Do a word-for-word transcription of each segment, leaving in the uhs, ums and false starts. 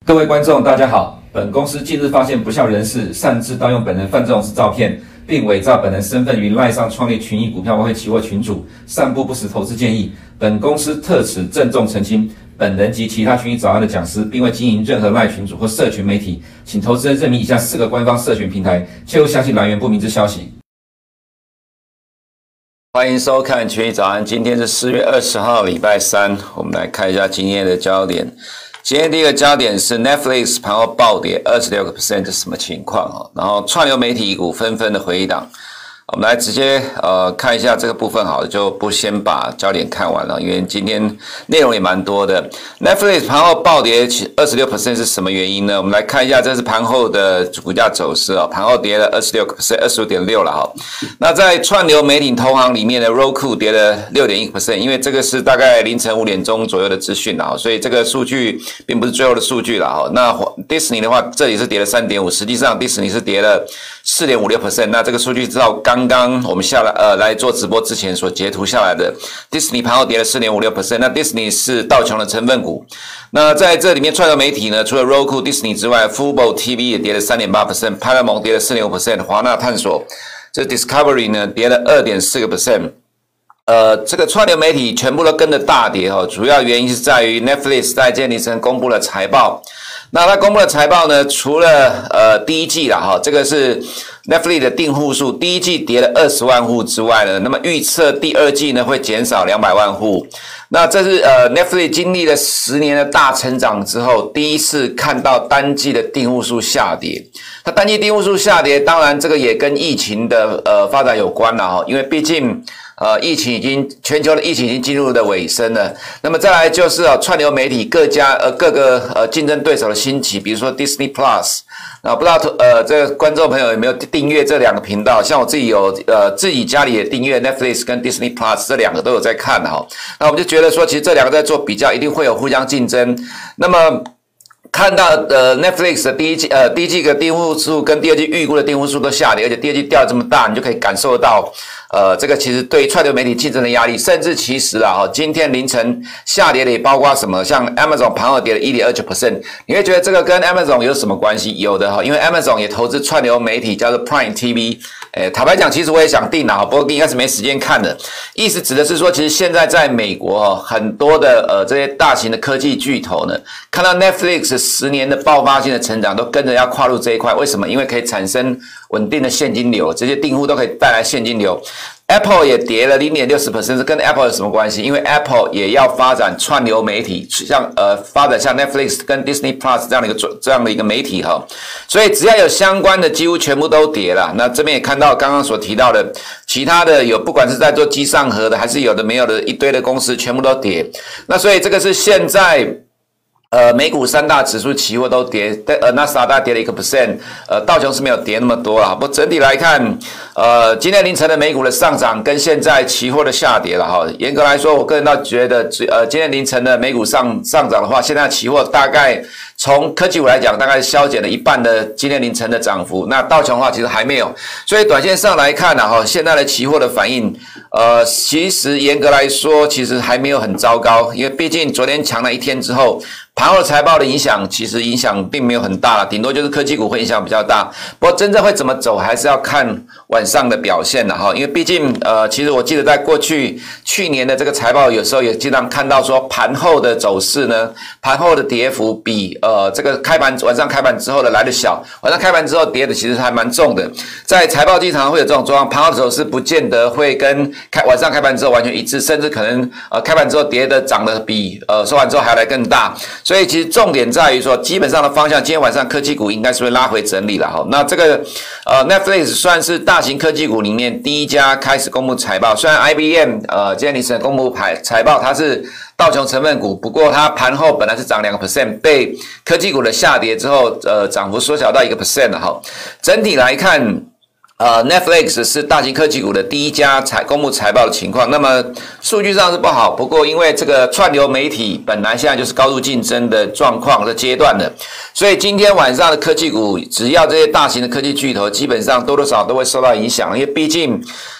各位观众，大家好。本公司近日发现不肖人士擅自盗用本人范仲式照片，并伪造本人身份于赖上创立群益股票外汇期货群组，散布不实投资建议。本公司特此郑重澄清，本人及其他群益早安的讲师，并未经营任何赖群组或社群媒体，请投资人认明以下四个官方社群平台，切勿相信来源不明之消息。 欢迎收看群益早安，今天是四月二十号，礼拜三，我们来看一下今天的焦点。今天第一个焦点是 Netflix 盘后暴跌 百分之二十六 是什么情况哦？然后串流媒体股纷纷的回档，我们来直接呃看一下这个部分好了，就不先把焦点看完了，因为今天内容也蛮多的。Netflix 盘后暴跌 百分之二十六 是什么原因呢？我们来看一下，这是盘后的股价走势哦，盘后跌了 百分之二十六 百分之二十五点六 了哈。那在串流媒体投行里面的 Roku 跌了 百分之六点一， 因为这个是大概凌晨五点钟左右的资讯啦，所以这个数据并不是最后的数据啦哈。那 Disney 的话，这里是跌了 三点五， 实际上 Disney 是跌了 百分之四点五六， 那这个数据知道刚刚我们下来呃来做直播之前所截图下来的 Disney 盘后跌了 百分之四点五六， 那 Disney 是道琼的成分股。那在这里面串流媒体呢，除了 Roku、Disney 之外 Fubo T V 也跌了 百分之三点八， Paramount 跌了 百分之四点五， 华纳探索这 Discovery 呢跌了 百分之二点四。呃，这个串流媒体全部都跟着大跌哦，主要原因是在于 Netflix 在今天凌晨公布了财报。那它公布的财报呢，除了呃第一季啦哈，这个是 Netflix 的订户数，第一季跌了二十万户之外呢，那么预测第二季呢会减少两百万户。那这是呃 Netflix 经历了十年的大成长之后，第一次看到单季的订户数下跌。它单季订户数下跌，当然这个也跟疫情的呃发展有关了哈，因为毕竟呃疫情已经全球的疫情已经进入了尾声了。那么再来就是啊串流媒体各家呃各个呃竞争对手的兴起，比如说 Disney Plus。啊，不知道呃，这个观众朋友有没有订阅这两个频道？像我自己有呃自己家里也订阅 Netflix 跟 Disney Plus 这两个都有在看哈。那我们就觉得说，其实这两个在做比较，一定会有互相竞争。那么看到呃 Netflix 的第一季呃第一季的订户数跟第二季预估的订户数都下跌，而且第二季掉这么大，你就可以感受到呃这个其实对串流媒体竞争的压力，甚至其实啊哈，今天凌晨下跌的也包括什么，像 Amazon 盘后跌了 百分之一点二九， 你会觉得这个跟 Amazon 有什么关系？有的哈，因为 Amazon 也投资串流媒体叫做 Prime T V。诶，坦白讲，其实我也想订啦，不过应该是没时间看的。意思指的是说，其实现在在美国哦，很多的呃这些大型的科技巨头呢，看到 Netflix 十年的爆发性的成长，都跟着要跨入这一块。为什么？因为可以产生稳定的现金流，这些订户都可以带来现金流。Apple 也跌了 百分之零点六， 这跟 Apple 有什么关系？因为 Apple 也要发展串流媒体，像呃发展像 Netflix 跟 Disney Plus 这样的一个这样的一个媒体哈，所以只要有相关的，几乎全部都跌了。那这边也看到刚刚所提到的，其他的有不管是在做机上盒的，还是有的没有的一堆的公司，全部都跌。那所以这个是现在。呃，美股三大指数期货都跌，呃，纳斯达克跌了一个 percent， 呃，道琼是没有跌那么多啦。不过整体来看，呃，今天凌晨的美股的上涨跟现在期货的下跌了哈。严格来说，我个人倒觉得，呃，今天凌晨的美股上上涨的话，现在期货大概从科技股来讲，大概消减了一半的今天凌晨的涨幅。那道琼的话，其实还没有，所以短线上来看呢，哈，现在的期货的反应，呃，其实严格来说，其实还没有很糟糕，因为毕竟昨天强了一天之后。盘后财报的影响，其实影响并没有很大了，顶多就是科技股会影响比较大。不过真正会怎么走，还是要看晚上的表现了哈。因为毕竟呃，其实我记得在过去去年的这个财报，有时候也经常看到说盘后的走势呢，盘后的跌幅比呃这个开盘晚上开盘之后的来的小，晚上开盘之后跌的其实还蛮重的。在财报经常会有这种状况，盘后的走势不见得会跟开晚上开盘之后完全一致，甚至可能呃开盘之后跌的涨得比呃收盘之后还要来更大。所以其实重点在于说，基本上的方向，今天晚上科技股应该是会拉回整理了哈。那这个呃 Netflix 算是大型科技股里面第一家开始公布财报，虽然 I B M 呃今天凌晨公布财报，它是道琼成分股，不过它盘后本来是涨 百分之二， 被科技股的下跌之后，呃涨幅缩小到 百分之一 了哈。整体来看。呃 ，Netflix 是大型科技股的第一家财公布财报的情况，那么数据上是不好，不过因为这个串流媒体本来现在就是高度竞争的状况的阶段的，所以今天晚上的科技股，只要这些大型的科技巨头，基本上多多少少都会受到影响，因为毕竟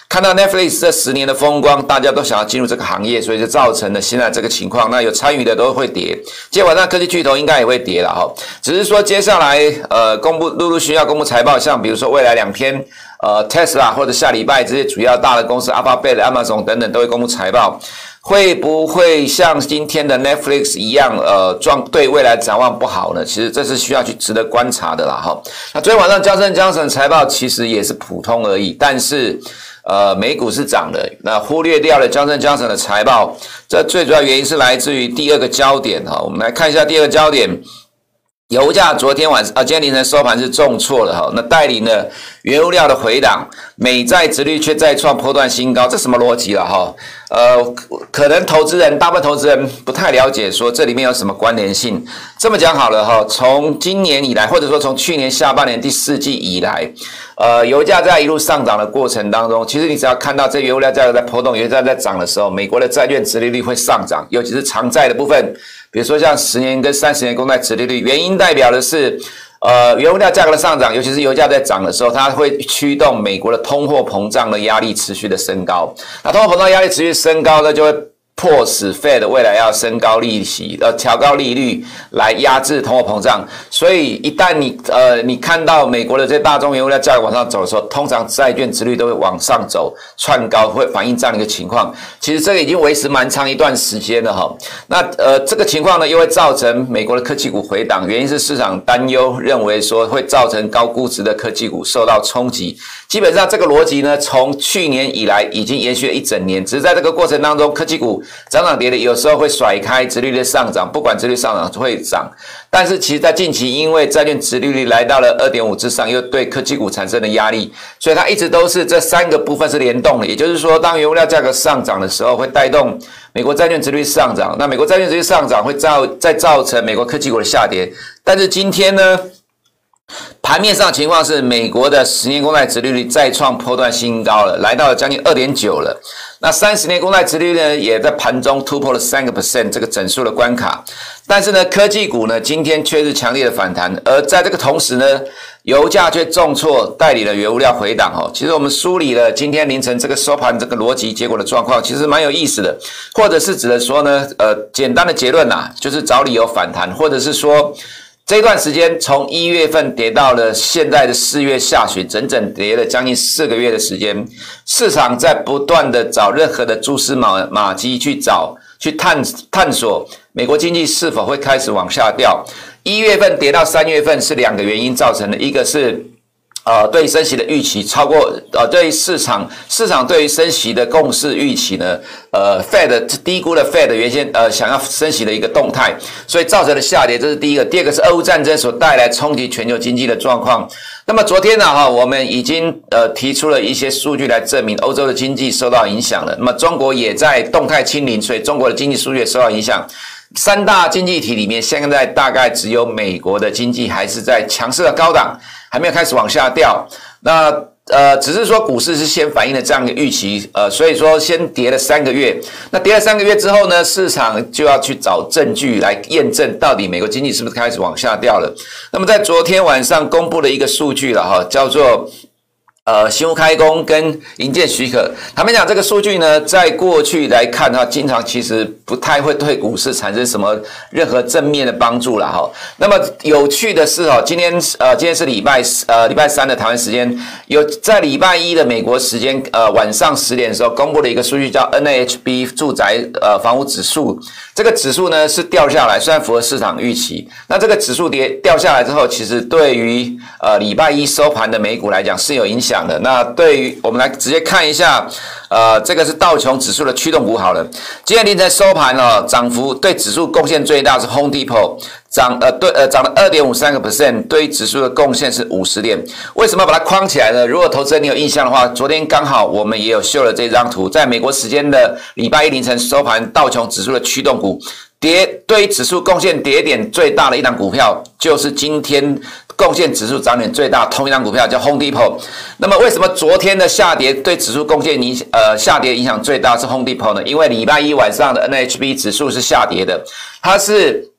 看到 Netflix 这十年的风光，大家都想要进入这个行业，所以就造成了现在这个情况。那有参与的都会跌，今天晚上科技巨头应该也会跌了哈。只是说接下来呃公布陆陆续续要公布财报，像比如说未来两天呃 Tesla 或者下礼拜这些主要大的公司 Alphabet、Amazon 等等都会公布财报。会不会像今天的 Netflix 一样，呃，状对未来展望不好呢？其实这是需要去值得观察的啦，哈。那昨天晚上江森江森财报其实也是普通而已，但是，呃，美股是涨的，那忽略掉了江森江森的财报，这最主要原因是来自于第二个焦点哈。我们来看一下第二个焦点。油价昨天晚呃今天凌晨收盘是重挫了哈，那带领了原物料的回档，美债殖利率却再创波段新高，这什么逻辑了哈？呃，可能投资人大部分投资人不太了解说这里面有什么关联性。这么讲好了哈，从今年以来，或者说从去年下半年第四季以来，呃，油价在一路上涨的过程当中，其实你只要看到这原物料价格在波动，原物料在涨的时候，美国的债券殖利率会上涨，尤其是长债的部分。比如说像十年跟三十年公债殖利率，原因代表的是，呃，原物料价格的上涨，尤其是油价在涨的时候，它会驱动美国的通货膨胀的压力持续的升高。那通货膨胀压力持续升高呢，就会迫使 Fed 未来要升高利息，呃，调高利率来压制通货膨胀。所以一旦你呃你看到美国的这些大宗原物料价格往上走的时候，通常债券殖利率都会往上走，窜高，会反映这样的一个情况。其实这个已经维持蛮长一段时间了哈。那呃这个情况呢，又会造成美国的科技股回档，原因是市场担忧，认为说会造成高估值的科技股受到冲击。基本上这个逻辑呢，从去年以来已经延续了一整年，只是在这个过程当中，科技股涨涨跌跌，有时候会甩开殖利率的上涨，不管殖利率上涨会涨。但是其实在近期，因为债券殖利率来到了 二点五 之上，又对科技股产生了压力，所以它一直都是这三个部分是联动的。也就是说，当原物料价格上涨的时候，会带动美国债券殖利率上涨，那美国债券殖利率上涨会造再造成美国科技股的下跌。但是今天呢，盘面上的情况是，美国的十年公债殖利率再创波段新高了，来到了将近 二点九 了。那三十年公债殖利率呢，也在盘中突破了 百分之三 这个整数的关卡。但是呢，科技股呢，今天却是强烈的反弹，而在这个同时呢，油价却重挫，带领了原物料回档哦。其实我们梳理了今天凌晨这个收盘这个逻辑结果的状况，其实蛮有意思的，或者是指的说呢，呃，简单的结论呐，就是找理由反弹，或者是说，这段时间从一月份跌到了现在的四月下旬，整整跌了将近四个月的时间。市场在不断的找任何的蛛丝马马迹去找、去探探索美国经济是否会开始往下掉。一月份跌到三月份是两个原因造成的，一个是呃，对升息的预期超过呃，对于市场市场对于升息的共识预期呢，呃 ，Fed 低估了 Fed 原先呃想要升息的一个动态，所以造成了下跌，这是第一个。第二个是俄乌战争所带来冲击全球经济的状况。那么昨天呢，哈，我们已经呃提出了一些数据来证明欧洲的经济受到影响了。那么中国也在动态清零，所以中国的经济数据也受到影响。三大经济体里面，现在大概只有美国的经济还是在强势的高档，还没有开始往下掉。那呃，只是说股市是先反映了这样一个预期，呃，所以说先跌了三个月。那跌了三个月之后呢，市场就要去找证据来验证到底美国经济是不是开始往下掉了。那么在昨天晚上公布了一个数据了哈，叫做呃，新屋开工跟营建许可，坦白讲，这个数据呢，在过去来看哈，经常其实不太会对股市产生什么任何正面的帮助啦哈。那么有趣的是哦，今天呃，今天是礼拜呃礼拜三的台湾时间，有在礼拜一的美国时间呃晚上十点的时候公布了一个数据叫 N A H B 住宅呃房屋指数，这个指数呢是掉下来，虽然符合市场预期，那这个指数跌掉下来之后，其实对于呃礼拜一收盘的美股来讲是有影响。那对于我们来直接看一下，呃，这个是道琼指数的驱动股好了。今天凌晨收盘哦，涨幅对指数贡献最大是 Home Depot， 涨呃对呃涨了 二点五三个百分点， 对于指数的贡献是五十点。为什么要把它框起来呢？如果投资人你有印象的话，昨天刚好我们也有秀了这张图，在美国时间的礼拜一凌晨收盘，道琼指数的驱动股跌，对于指数贡献跌点最大的一档股票，就是今天贡献指数涨点最大同一档股票叫 Home Depot。那么为什么昨天的下跌对指数贡献影呃下跌影响最大是 Home Depot 呢？因为礼拜一晚上的 N H B 指数是下跌的，它是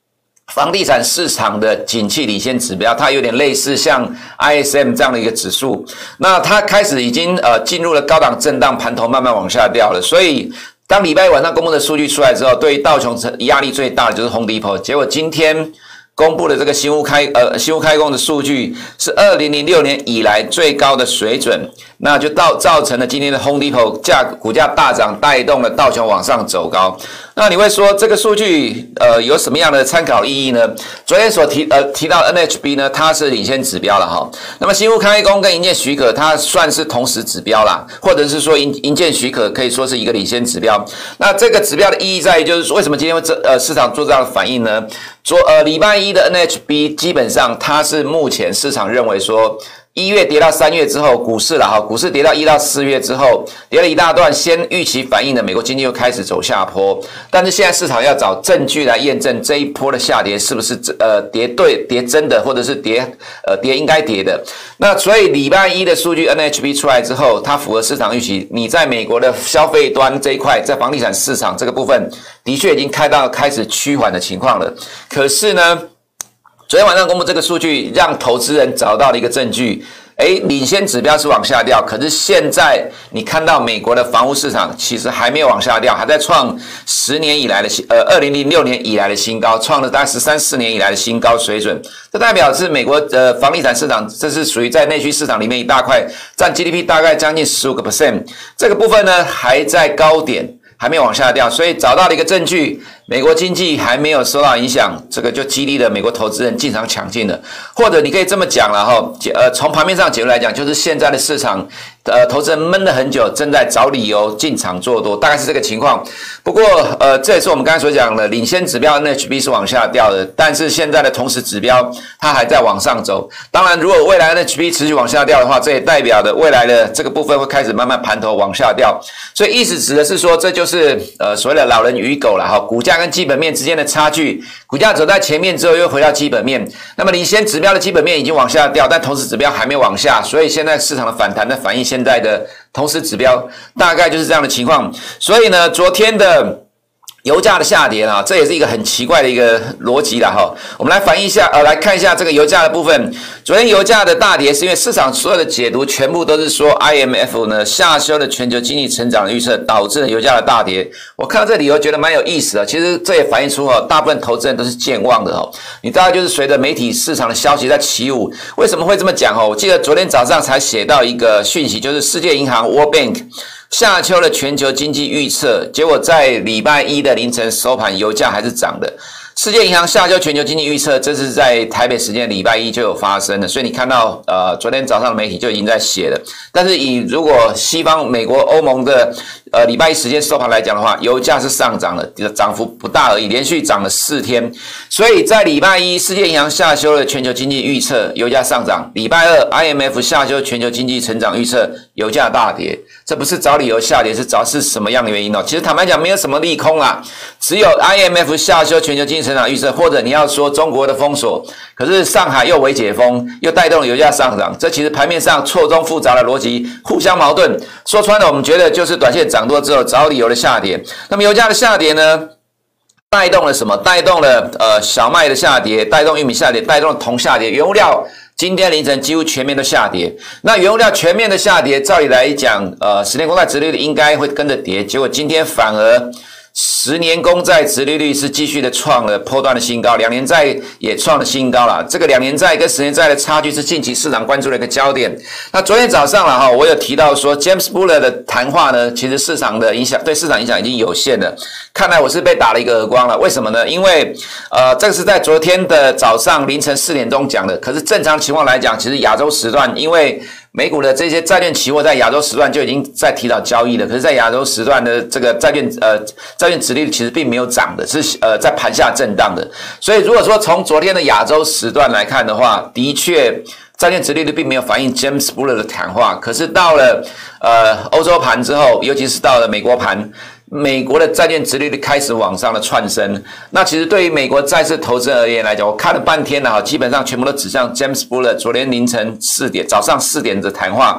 房地产市场的景气领先指标，它有点类似像 I S M 这样的一个指数，那它开始已经呃进入了高档震荡，盘头慢慢往下掉了。所以当礼拜一晚上公布的数据出来之后，对于道琼压力最大的就是 Home Depot， 结果今天公布的这个新屋开呃新屋开工的数据是二零零六年以来最高的水准，那就到造成了今天的 Home Depot 价股价大涨，带动了道琼往上走高。那你会说这个数据呃有什么样的参考意义呢？昨天所提呃提到 N H B 呢，它是领先指标了哈。那么新屋开工跟营建许可它算是同时指标啦，或者是说营营建许可可以说是一个领先指标。那这个指标的意义在于就是说为什么今天会这呃市场做这样的反应呢？昨呃礼拜一的 N H B 基本上它是目前市场认为说。一月跌到三月之后，股市了哈，股市跌到一到四月之后，跌了一大段，先预期反应的美国经济又开始走下坡，但是现在市场要找证据来验证这一波的下跌是不是呃跌对跌真的，或者是跌呃跌应该跌的。那所以礼拜一的数据 N H B 出来之后，它符合市场预期，你在美国的消费端这一块，在房地产市场这个部分，的确已经开到开始趋缓的情况了。可是呢？昨天晚上公布这个数据，让投资人找到了一个证据，诶，领先指标是往下掉，可是现在你看到美国的房屋市场其实还没有往下掉，还在创十年以来的呃二零零六年以来的新高，创了大概十三四年以来的新高水准。这代表是美国的房地产市场，这是属于在内需市场里面一大块，占 G D P 大概将近 百分之十五， 这个部分呢还在高点，还没有往下掉，所以找到了一个证据。美国经济还没有受到影响，这个就激励了美国投资人进场抢进了。或者你可以这么讲了哈，呃，从盘面上解读来讲，就是现在的市场，呃，投资人闷了很久，正在找理由进场做多，大概是这个情况。不过，呃，这也是我们刚才所讲的，领先指标 N H B 是往下掉的，但是现在的同时指标它还在往上走。当然，如果未来 N H B 持续往下掉的话，这也代表的未来的这个部分会开始慢慢盘头往下掉。所以意思指的是说，这就是呃所谓的老人与狗了哈，股价跟基本面之间的差距，股价走在前面之后又回到基本面，那么领先指标的基本面已经往下掉，但同时指标还没往下，所以现在市场的反弹的反映现在的同时指标大概就是这样的情况。所以呢，昨天的油价的下跌啊，这也是一个很奇怪的一个逻辑啦哈。我们来反映一下，呃，来看一下这个油价的部分。昨天油价的大跌是因为市场所有的解读全部都是说 I M F 呢下修了全球经济成长的预测，导致了油价的大跌。我看到这理由觉得蛮有意思的，其实这也反映出哦，大部分投资人都是健忘的哦。你大概就是随着媒体市场的消息在起舞。为什么会这么讲哦？我记得昨天早上才写到一个讯息，就是世界银行 World Bank。下修了全球经济预测，结果在礼拜一的凌晨收盘，油价还是涨的。世界银行下修全球经济预测，这是在台北时间礼拜一就有发生的，所以你看到呃昨天早上的媒体就已经在写了。但是以如果西方、美国、欧盟的呃礼拜一时间收盘来讲的话，油价是上涨了，涨幅不大而已，连续涨了四天。所以在礼拜一，世界银行下修了全球经济预测，油价上涨；礼拜二 ，I M F 下修全球经济成长预测，油价大跌。这不是找理由下跌，是找是什么样的原因呢？其实坦白讲，没有什么利空啦，只有 I M F 下修全球经济成长预测，或者你要说中国的封锁，可是上海又微解封，又带动了油价上涨，这其实盘面上错综复杂的逻辑互相矛盾。说穿了，我们觉得就是短线涨多之后找理由的下跌。那么油价的下跌呢？带动了什么？带动了呃小麦的下跌，带动玉米下跌，带动了铜下跌，原物料今天凌晨几乎全面都下跌。那原物料全面的下跌，照理来讲，呃，十年公债殖利率应该会跟着跌，结果今天反而十年公债殖利率是继续的创了波段的新高，两年债也创了新高了。这个两年债跟十年债的差距是近期市场关注的一个焦点。那昨天早上了哈，我有提到说 James Buller 的谈话呢，其实市场的影响对市场影响已经有限了。看来我是被打了一个耳光了，为什么呢？因为呃，这个是在昨天的早上凌晨四点钟讲的，可是正常情况来讲，其实亚洲时段因为美股的这些债券期货在亚洲时段就已经在提早交易了，可是在亚洲时段的这个债券呃债券殖利率其实并没有涨的，是呃在盘下震荡的。所以如果说从昨天的亚洲时段来看的话，的确债券殖利率并没有反映 James Buller 的谈话，可是到了呃欧洲盘之后，尤其是到了美国盘。美国的债券殖利率开始往上的窜升，那其实对于美国债市投资而言来讲，我看了半天了哈，基本上全部都指向 James Buller 昨天凌晨四点、早上四点的谈话，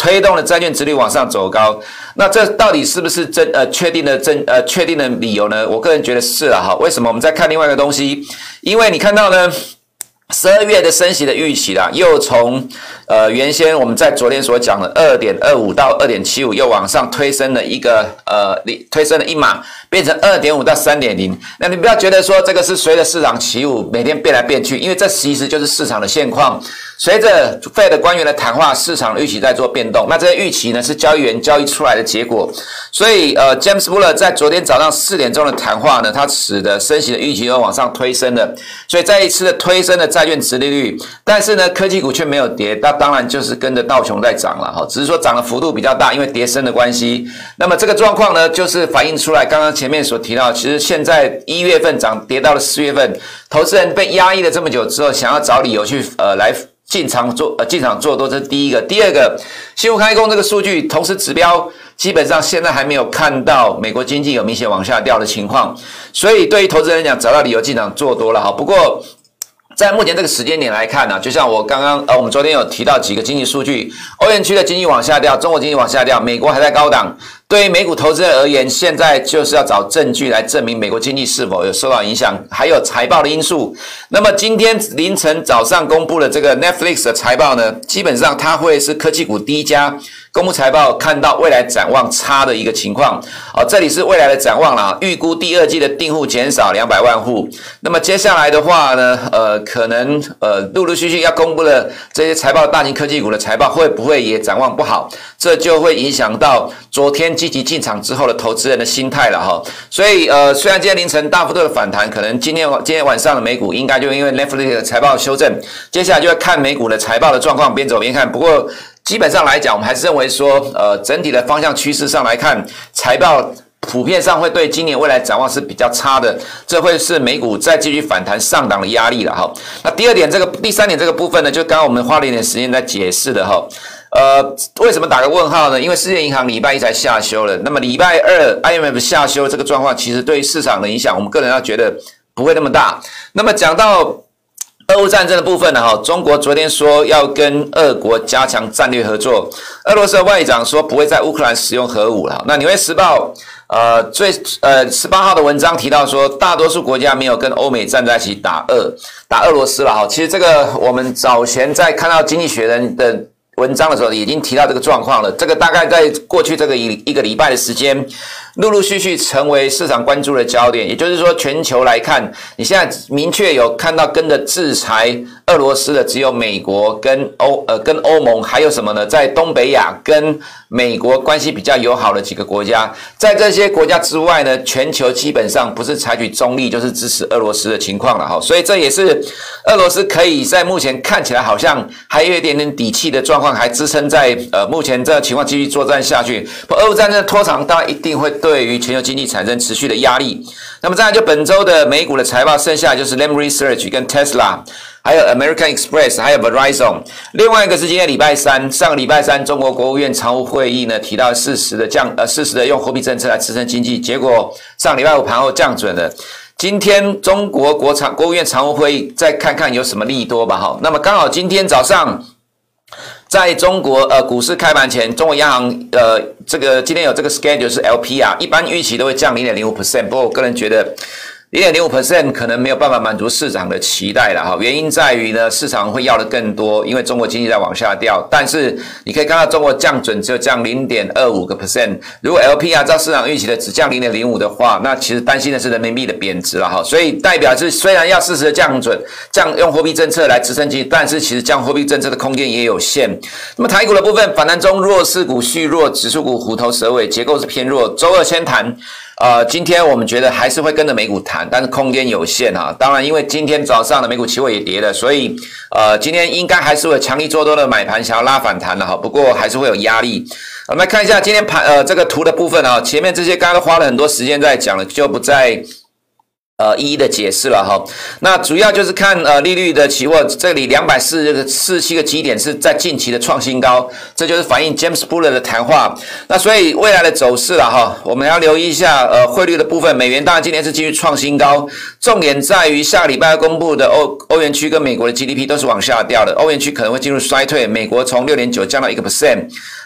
推动了债券殖利率往上走高。那这到底是不是真呃确定的真呃确定的理由呢？我个人觉得是啊哈。为什么？我们再看另外一个东西，因为你看到呢。十二月的升息的预期啦，又从呃原先我们在昨天所讲的 二点二五 到 二点七五 又往上推升了一个呃推升了一码，变成 二点五 到 三点零。那你不要觉得说这个是随着市场起舞每天变来变去，因为这其实就是市场的现况。随着 Fed 官员的谈话，市场的预期在做变动，那这些预期呢是交易员交易出来的结果。所以呃 James Buller 在昨天早上四点钟的谈话呢，它使得升息的预期又往上推升了，所以再一次的推升了债券殖利率，但是呢科技股却没有跌，那当然就是跟着道琼在涨了哈，只是说涨的幅度比较大，因为跌升的关系。那么这个状况呢，就是反映出来刚刚前面所提到，其实现在一月份涨跌到了四月份，投资人被压抑了这么久之后，想要找理由去呃来。进场做呃进场做多，这是第一个。第二个，新屋开工这个数据，同时指标基本上现在还没有看到美国经济有明显往下掉的情况，所以对于投资人来讲，找到理由进场做多了哈。不过在目前这个时间点来看呢、啊，就像我刚刚呃，我们昨天有提到几个经济数据，欧元区的经济往下掉，中国经济往下掉，美国还在高档。对于美股投资人而言，现在就是要找证据来证明美国经济是否有受到影响，还有财报的因素。那么今天凌晨早上公布的这个 Netflix 的财报呢，基本上它会是科技股第一家公布财报看到未来展望差的一个情况。哦，这里是未来的展望啦，预估第二季的订户减少两百万户。那么接下来的话呢，呃，可能呃陆陆续续要公布的这些财报，大型科技股的财报会不会也展望不好？这就会影响到昨天积极进场之后的投资人的心态了哈。所以呃，虽然今天凌晨大幅度的反弹，可能今天今天晚上的美股应该就因为 Netflix 的财报修正，接下来就要看美股的财报的状况，边走边看。不过基本上来讲，我们还是认为说，呃，整体的方向趋势上来看，财报普遍上会对今年未来展望是比较差的，这会是美股再继续反弹上档的压力了哈。那第二点，这个第三点这个部分呢，就刚刚我们花了一点时间在解释的哈。呃，为什么打个问号呢？因为世界银行礼拜一才下修了，那么礼拜二 I M F 下修这个状况，其实对市场的影响，我们个人要觉得不会那么大。那么讲到俄乌战争的部分呢，哈，中国昨天说要跟俄国加强战略合作，俄罗斯的外长说不会在乌克兰使用核武了。那纽约时报呃最呃十八号的文章提到说，大多数国家没有跟欧美站在一起打俄打俄罗斯了哈。其实这个我们早前在看到《经济学人》的文章的时候已经提到这个状况了，这个大概在过去这个一一个礼拜的时间，陆陆续续成为市场关注的焦点。也就是说，全球来看，你现在明确有看到跟着制裁俄罗斯的只有美国跟欧呃跟欧盟，还有什么呢？在东北亚跟美国关系比较友好的几个国家，在这些国家之外呢，全球基本上不是采取中立，就是支持俄罗斯的情况了哈。所以这也是俄罗斯可以在目前看起来好像还有一点点底气的状况，还支撑在呃目前这个情况继续作战下去。俄乌战争的拖长，当然一定会对于全球经济产生持续的压力。那么再来就本周的美股的财报，剩下就是 Lam Research 跟 Tesla。还有 American Express， 还有 Verizon。另外一个是今天礼拜三，上个礼拜三，中国国务院常务会议呢提到适时的降呃适时的用货币政策来支撑经济，结果上礼拜五盘后降准了。今天中国国常国务院常务会议再看看有什么利多吧哈。那么刚好今天早上，在中国呃股市开盘前，中国央行呃这个今天有这个 schedule 是 L P R， 一般预期都会降 零点零五 百分点， 不过我个人觉得零点零五 百分点 可能没有办法满足市场的期待了哈，原因在于呢，市场会要的更多，因为中国经济在往下掉。但是你可以看到，中国降准只有降 零点二五 个 percent， 如果 L P R 照市场预期的只降 零点零五 的话，那其实担心的是人民币的贬值了哈。所以代表是虽然要适时的降准，降用货币政策来支撑经济，但是其实降货币政策的空间也有限。那么台股的部分反弹中，弱势股续弱，指数股虎头蛇尾，结构是偏弱。周二先谈。呃，今天我们觉得还是会跟着美股谈，但是空间有限啊。当然，因为今天早上的美股期货也跌了，所以呃，今天应该还是会有强力做多的买盘想要拉反弹的哈。不过还是会有压力。我们来看一下今天盘呃这个图的部分啊，前面这些刚刚都花了很多时间在讲了，就不再。呃，一一的解释了哈。那主要就是看呃利率的期货，这里两百四十七个基点是在近期的创新高，这就是反映 James Buller 的谈话。那所以未来的走势了哈，我们要留意一下呃汇率的部分。美元当然今天是继续创新高，重点在于下个礼拜要公布的欧欧元区跟美国的 G D P 都是往下掉的，欧元区可能会进入衰退，美国从 六点九 降到 百分之一。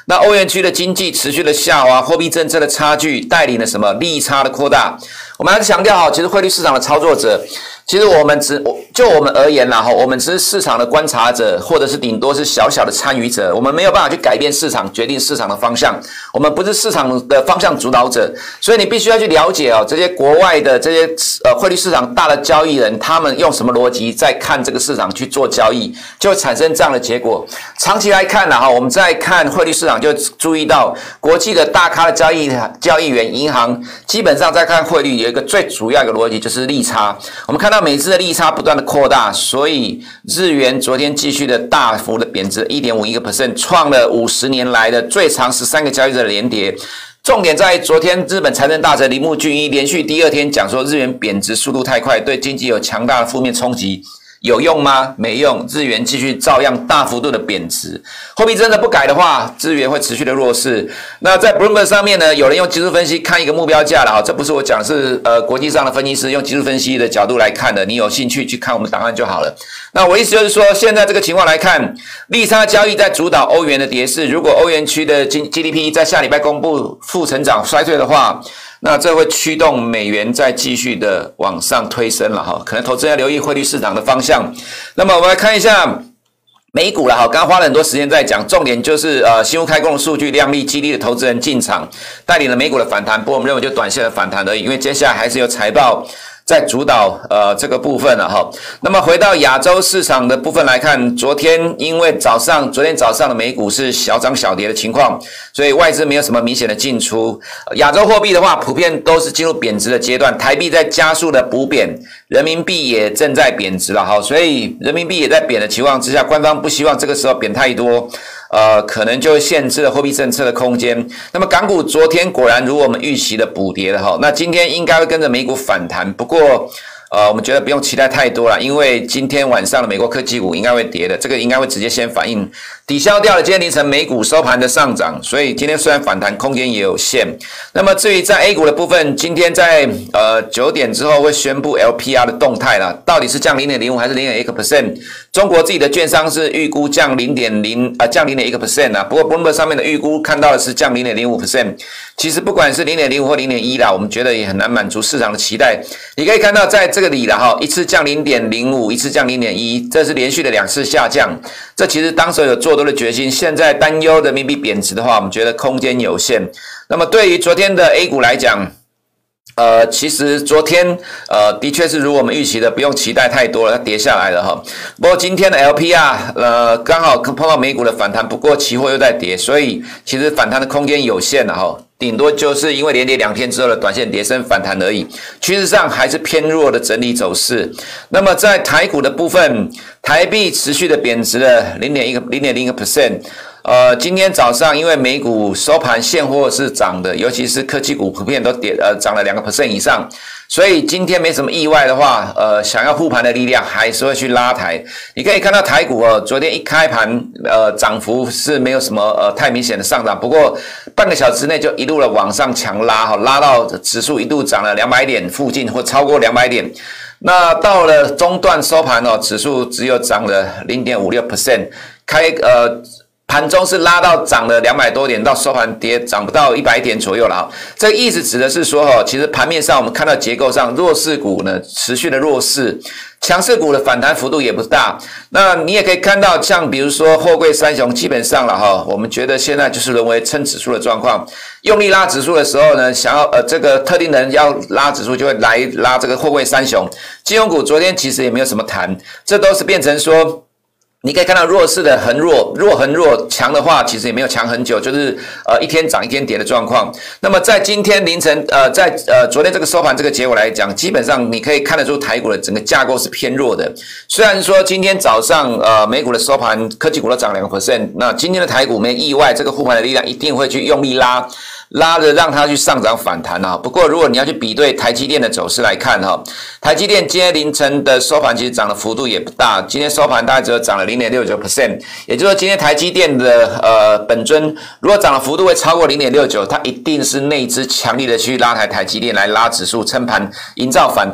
那欧元区的经济持续的下滑，货币政策的差距带领了什么利差的扩大。我们还是强调哈，其实汇率市场的操作者，其实我们只就我们而言啦哈，我们只是市场的观察者，或者是顶多是小小的参与者，我们没有办法去改变市场，决定市场的方向。我们不是市场的方向主导者，所以你必须要去了解哦，这些国外的这些呃汇率市场大的交易人，他们用什么逻辑在看这个市场去做交易，就会产生这样的结果。长期来看啦哈，我们在看汇率市场就注意到国际的大咖的交易交易员、银行，基本上在看汇率有一个最主要的逻辑就是利差。我们看到美资的利差不断的扩大，所以日元昨天继续的大幅的贬值 百分之一点五一 创了五十年来的最长十三个交易日的连跌。重点在昨天日本财政大臣铃木俊一连续第二天讲说日元贬值速度太快，对经济有强大的负面冲击。有用吗？没用，日元继续照样大幅度的贬值。货币真的不改的话，日元会持续的弱势。那在 Bloomberg 上面呢，有人用技术分析看一个目标价了哈，这不是我讲，是呃国际上的分析师用技术分析的角度来看的。你有兴趣去看我们档案就好了。那我意思就是说，现在这个情况来看，利差交易在主导欧元的跌势。如果欧元区的 G D P 在下礼拜公布负成长衰退的话，那这会驱动美元再继续的往上推升了哈，可能投资人要留意汇率市场的方向。那么我们来看一下美股了哈，刚刚花了很多时间在讲，重点就是呃新屋开工的数据亮丽，激励的投资人进场，带领了美股的反弹。不过我们认为就短线的反弹而已，因为接下来还是有财报在主导呃这个部分了哈。那么回到亚洲市场的部分来看，昨天因为早上昨天早上的美股是小涨小跌的情况，所以外资没有什么明显的进出。亚洲货币的话，普遍都是进入贬值的阶段，台币在加速的补贬，人民币也正在贬值了哈。所以人民币也在贬的情况之下，官方不希望这个时候贬太多。呃，可能就限制了货币政策的空间。那么港股昨天果然如我们预期的补跌了哈，那今天应该会跟着美股反弹，不过呃，我们觉得不用期待太多了，因为今天晚上的美国科技股应该会跌的，这个应该会直接先反映抵消掉了今天凌晨美股收盘的上涨，所以今天虽然反弹空间也有限。那么至于在 A 股的部分，今天在呃九点之后会宣布 L P R 的动态啦，到底是降 零点零五 还是 零点一 个 percent？ 中国自己的券商是预估降 零点零 呃降 零点一 个 percent 啊，不过 Bloomberg 上面的预估看到的是降 零点零五 percent。其实不管是 零点零五 或 零点一 啦，我们觉得也很难满足市场的期待。你可以看到在这个里啦哈，一次降 零点零五， 一次降 零点一， 这是连续的两次下降。这其实当时有做多的决心，现在担忧人民币贬值的话，我们觉得空间有限。那么对于昨天的 A 股来讲，呃，其实昨天呃的确是如我们预期的，不用期待太多了，它跌下来了哈。不过今天的 L P R 呃刚好碰到美股的反弹，不过期货又在跌，所以其实反弹的空间有限了哈。顶多就是因为连跌两天之后的短线跌升反弹而已，趋势上还是偏弱的整理走势。那么在台股的部分，台币持续的贬值了 零点一 个 零点零 个 percent。呃，今天早上因为美股收盘现货是涨的，尤其是科技股普遍都跌呃涨了 百分之二 以上，所以今天没什么意外的话，呃，想要护盘的力量还是会去拉抬。你可以看到台股哦，昨天一开盘，呃，涨幅是没有什么呃太明显的上涨，不过半个小时内就一路的往上强拉哈，拉到指数一度涨了两百点附近或超过两百点。那到了中段收盘哦，指数只有涨了 零点五六 percent， 开呃。盘中是拉到涨了两百多点，到收盘跌涨不到一百点左右了哈。这个意思指的是说哈，其实盘面上我们看到结构上弱势股呢持续的弱势，强势股的反弹幅度也不大。那你也可以看到，像比如说货柜三雄，基本上了哈，我们觉得现在就是沦为撑指数的状况。用力拉指数的时候呢，想要呃这个特定人要拉指数，就会来拉这个货柜三雄。金融股昨天其实也没有什么弹，这都是变成说。你可以看到弱势的很弱，弱很弱，强的话其实也没有强很久，就是呃一天涨一天跌的状况。那么在今天凌晨，呃，在呃昨天这个收盘这个结果来讲，基本上你可以看得出台股的整个架构是偏弱的。虽然说今天早上呃美股的收盘，科技股都涨两个 percent， 那今天的台股没意外，这个护盘的力量一定会去用力拉。拉着让它去上涨反弹啊！不过如果你要去比对台积电的走势来看哈，台积电今天凌晨的收盘其实涨的幅度也不大，今天收盘大概只有涨了 零点六九 percent， 也就是说今天台积电的呃本尊如果涨的幅度会超过 零点六九， 它一定是内资强力的去拉抬台积电来拉指数撑盘，营造反弹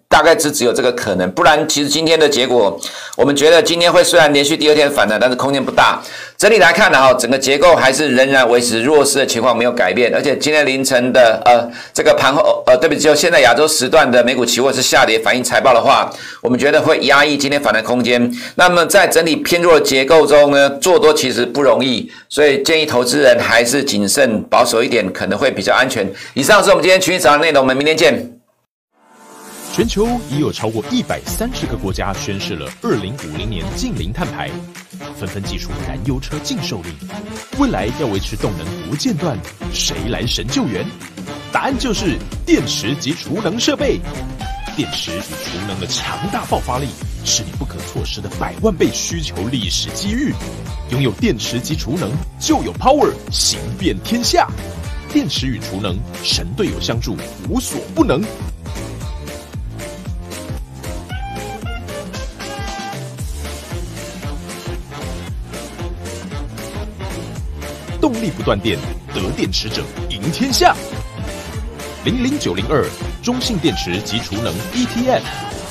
大概只只有这个可能，不然其实今天的结果，我们觉得今天会虽然连续第二天反弹，但是空间不大。整体来看呢，哈，整个结构还是仍然维持弱势的情况没有改变，而且今天凌晨的呃这个盘后呃对不起，就现在亚洲时段的美股期货是下跌，反映财报的话，我们觉得会压抑今天反弹空间。那么在整体偏弱的结构中呢，做多其实不容易，所以建议投资人还是谨慎保守一点，可能会比较安全。以上是我们今天群益早上的内容，我们明天见。 全球已有超过一百三十个国家宣示了二零五零年净零碳排，纷纷祭出燃油车禁售令。未来要维持动能不间断，谁来神救援？答案就是电池及储能设备。电池与储能的强大爆发力，是你不可错失的百万倍需求历史机遇。拥有电池及储能，就有 power 行遍天下。电池与储能，神队友相助，无所不能。动力不断电，得电池者赢天下。零零九零二中信电池及储能 E T F